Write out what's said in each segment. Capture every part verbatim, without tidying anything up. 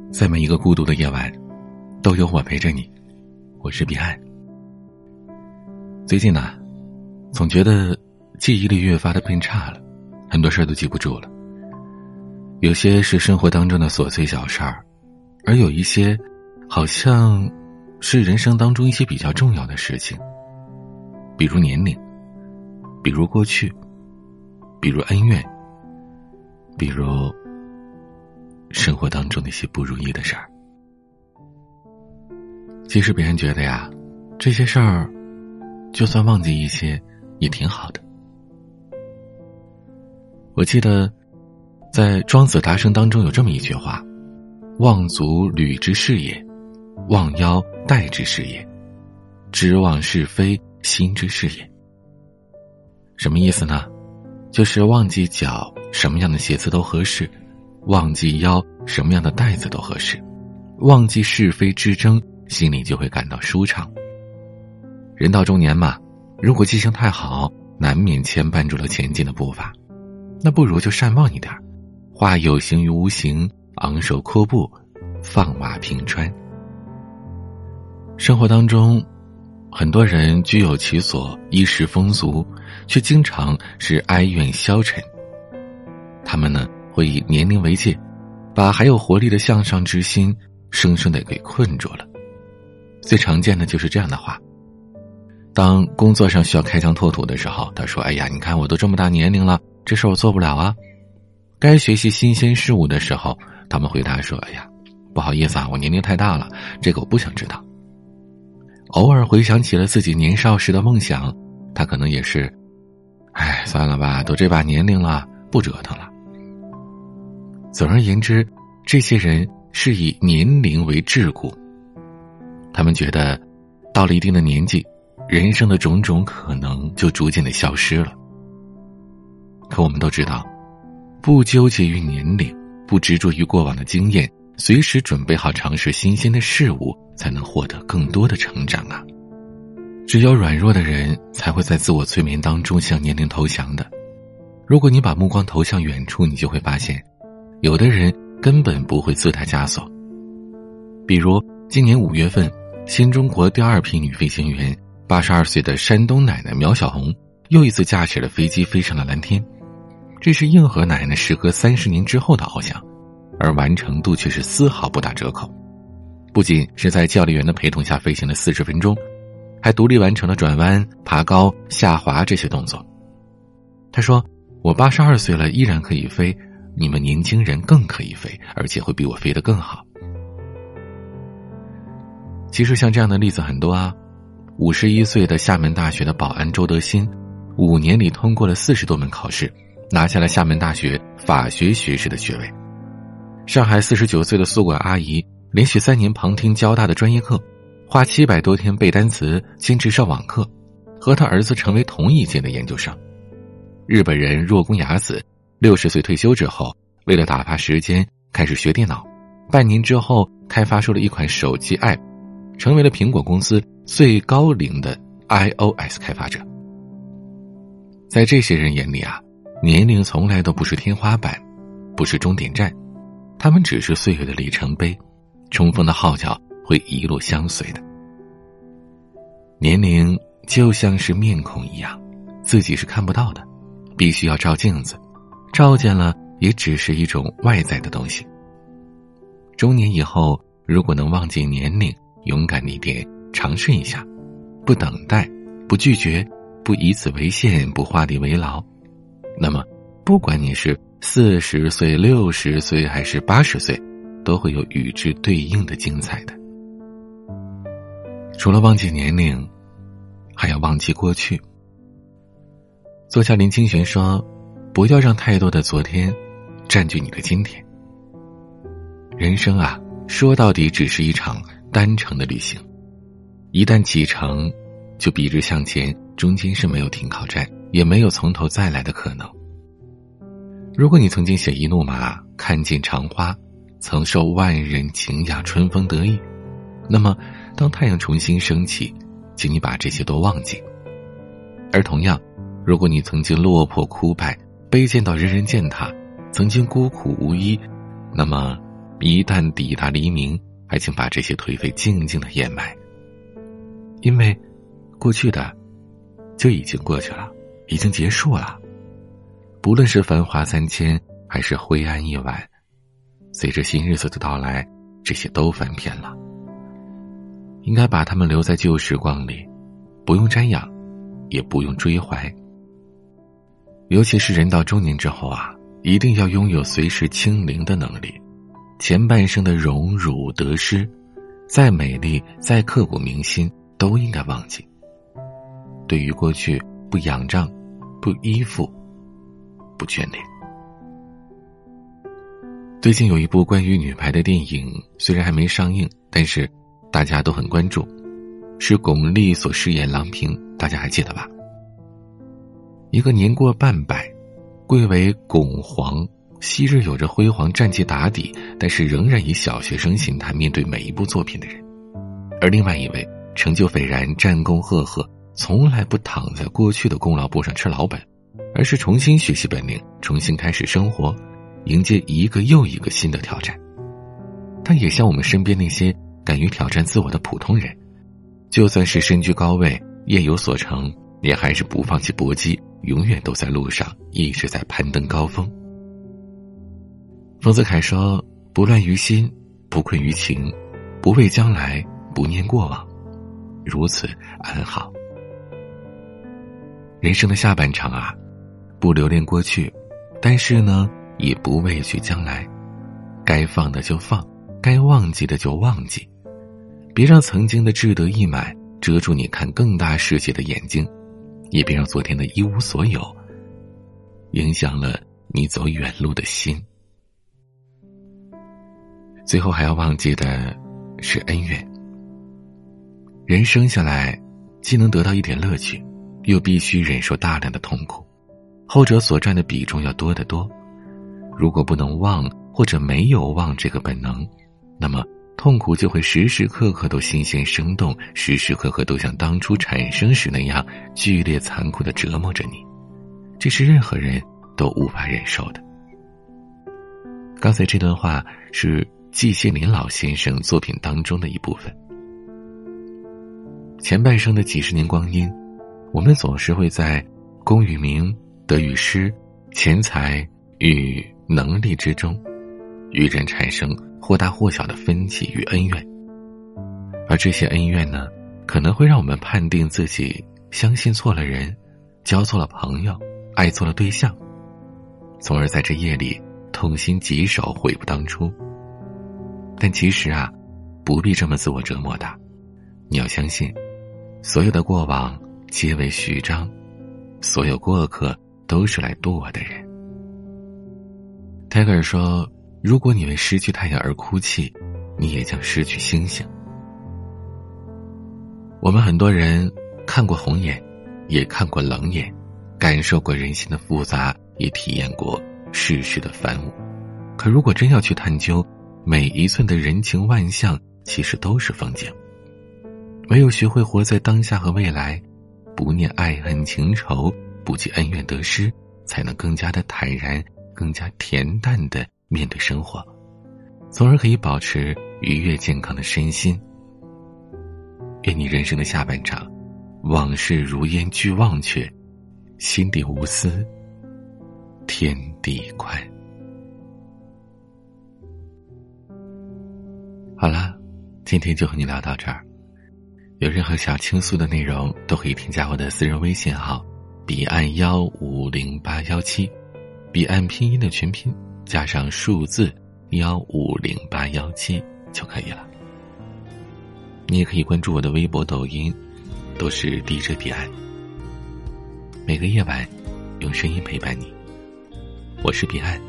在每一个孤独的夜晚，都有我陪着你。我是彼岸。最近呢、啊，总觉得记忆力越发的变差了，很多事儿都记不住了。有些是生活当中的琐碎小事儿，而有一些好像是人生当中一些比较重要的事情，比如年龄，比如过去，比如恩怨，比如生活当中的一些不如意的事儿。其实别人觉得呀，这些事儿就算忘记一些也挺好的。我记得在庄子达生当中有这么一句话：忘足履之是也，忘腰带之是也，知忘是非心之是也。什么意思呢？就是忘记脚什么样的鞋子都合适，忘记腰什么样的带子都合适，忘记是非之争，心里就会感到舒畅。人到中年嘛，如果记性太好，难免牵绊住了前进的步伐，那不如就善忘一点，化有形于无形，昂首阔步，放马平川。生活当中很多人居有其所，衣食丰足，却经常是哀怨消沉。他们呢，会以年龄为界，把还有活力的向上之心生生地给困住了。最常见的就是这样的话：当工作上需要开疆拓土的时候，他说，哎呀，你看我都这么大年龄了，这事我做不了啊。该学习新鲜事物的时候，他们回答说，哎呀，不好意思啊，我年龄太大了，这个我不想知道。偶尔回想起了自己年少时的梦想，他可能也是，哎，算了吧，都这把年龄了，不折腾了。总而言之，这些人是以年龄为桎梏，他们觉得到了一定的年纪，人生的种种可能就逐渐的消失了。可我们都知道，不纠结于年龄，不执着于过往的经验，随时准备好尝试新鲜的事物，才能获得更多的成长啊！只有软弱的人才会在自我催眠当中向年龄投降的。如果你把目光投向远处，你就会发现，有的人根本不会自带枷锁。比如今年五月份，新中国第二批女飞行员八十二岁的山东奶奶苗小红又一次驾驶了飞机飞上了蓝天。这是硬核奶奶时隔三十年之后的翱翔，而完成度却是丝毫不打折扣。不仅是在教练员的陪同下飞行了四十分钟，还独立完成了转弯、爬高、下滑这些动作。他说，我八十二岁了依然可以飞，你们年轻人更可以飞，而且会比我飞得更好。其实像这样的例子很多啊。五十一岁的厦门大学的保安周德新，五年里通过了四十多门考试，拿下了厦门大学法学学士的学位。上海四十九岁的宿管阿姨，连续三年旁听交大的专业课，花七百多天背单词，坚持上网课，和他儿子成为同一届的研究生。日本人若宫雅子，六十岁退休之后，为了打发时间，开始学电脑，半年之后开发出了一款手机 app， 成为了苹果公司最高龄的 iOS 开发者。在这些人眼里啊，年龄从来都不是天花板，不是终点站，他们只是岁月的里程碑，冲锋的号角会一路相随的。年龄就像是面孔一样，自己是看不到的，必须要照镜子，照见了也只是一种外在的东西。中年以后，如果能忘记年龄，勇敢一点，尝试一下，不等待，不拒绝，不以此为限，不画地为牢，那么不管你是四十岁、六十岁还是八十岁，都会有与之对应的精彩的。除了忘记年龄，还要忘记过去。作家林清玄说，不要让太多的昨天占据你的今天。人生啊，说到底只是一场单程的旅行，一旦启程，就笔直向前，中间是没有停靠站，也没有从头再来的可能。如果你曾经写意怒马，看尽长花，曾受万人敬仰，春风得意，那么当太阳重新升起，请你把这些都忘记。而同样，如果你曾经落魄枯败，卑贱到人人践踏，曾经孤苦无依，那么一旦抵达黎明，还请把这些颓废静静的掩埋，因为过去的就已经过去了，已经结束了。不论是繁华三千，还是灰暗一晚，随着新日子的到来，这些都翻篇了。应该把它们留在旧时光里，不用瞻仰，也不用追怀。尤其是人到中年之后啊，一定要拥有随时清零的能力。前半生的荣辱得失，再美丽再刻骨铭心，都应该忘记。对于过去，不仰仗，不依附，不眷恋。最近有一部关于女排的电影，虽然还没上映，但是大家都很关注，是巩俐所饰演郎平，大家还记得吧？一个年过半百，贵为巩皇，昔日有着辉煌战绩打底，但是仍然以小学生心态面对每一部作品的人。而另外一位成就斐然，战功赫赫，从来不躺在过去的功劳簿上吃老本，而是重新学习本领，重新开始生活，迎接一个又一个新的挑战。但也像我们身边那些敢于挑战自我的普通人，就算是身居高位，业有所成，也还是不放弃搏击，永远都在路上，一直在攀登高峰。丰子恺说，不乱于心，不困于情，不畏将来，不念过往，如此安好。人生的下半场啊，不留恋过去，但是呢，也不畏惧将来。该放的就放，该忘记的就忘记，别让曾经的志得意满遮住你看更大世界的眼睛，也别让昨天的一无所有影响了你走远路的心。最后还要忘记的是恩怨。人生下来既能得到一点乐趣，又必须忍受大量的痛苦，后者所占的比重要多得多。如果不能忘，或者没有忘这个本能，那么痛苦就会时时刻刻都新鲜生动，时时刻刻都像当初产生时那样剧烈残酷地折磨着你，这是任何人都无法忍受的。刚才这段话是季羡林老先生作品当中的一部分。前半生的几十年光阴，我们总是会在功与名、得与失、钱财与能力之中，与人产生或大或小的分歧与恩怨。而这些恩怨呢，可能会让我们判定自己相信错了人，交错了朋友，爱错了对象，从而在这夜里痛心疾首，悔不当初。但其实啊，不必这么自我折磨的。你要相信，所有的过往皆为序章，所有过客都是来渡我的人。泰戈尔说，如果你为失去太阳而哭泣，你也将失去星星。我们很多人看过红颜，也看过冷眼，感受过人心的复杂，也体验过世事的繁芜。可如果真要去探究，每一寸的人情万象其实都是风景。唯有学会活在当下和未来，不念爱恨情仇，不计恩怨得失，才能更加的坦然，更加恬淡的面对生活，从而可以保持愉悦健康的身心。愿你人生的下半场，往事如烟俱忘却，心底无私，天地宽。好了，今天就和你聊到这儿。有任何想倾诉的内容，都可以添加我的私人微信号彼岸幺五零八幺七，彼岸拼音的全拼加上数字幺五零八幺七就可以了。你也可以关注我的微博、抖音，都是 D J 彼岸。每个夜晚用声音陪伴你，我是彼岸，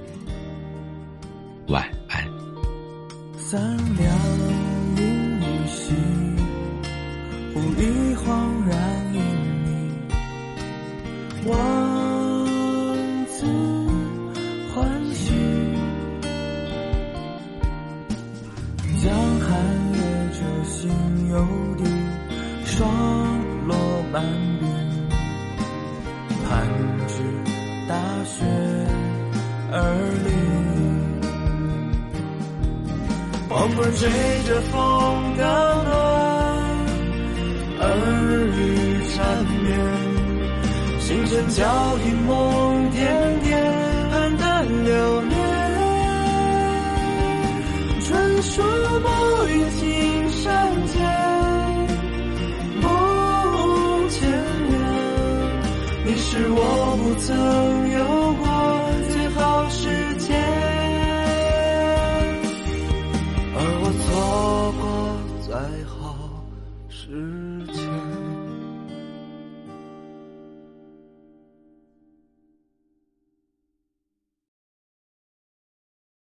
晚安。 三两无息，忽一恍然因你万次欢喜，江寒夜折心有地，霜落半鬓，盼至大雪而立。 黄昏追着风的暖，耳语缠绵，星辰脚印梦点点，黯淡流年。传说某雨青山间，梦牵连，你是我不曾有过最好时间，而我错过最好时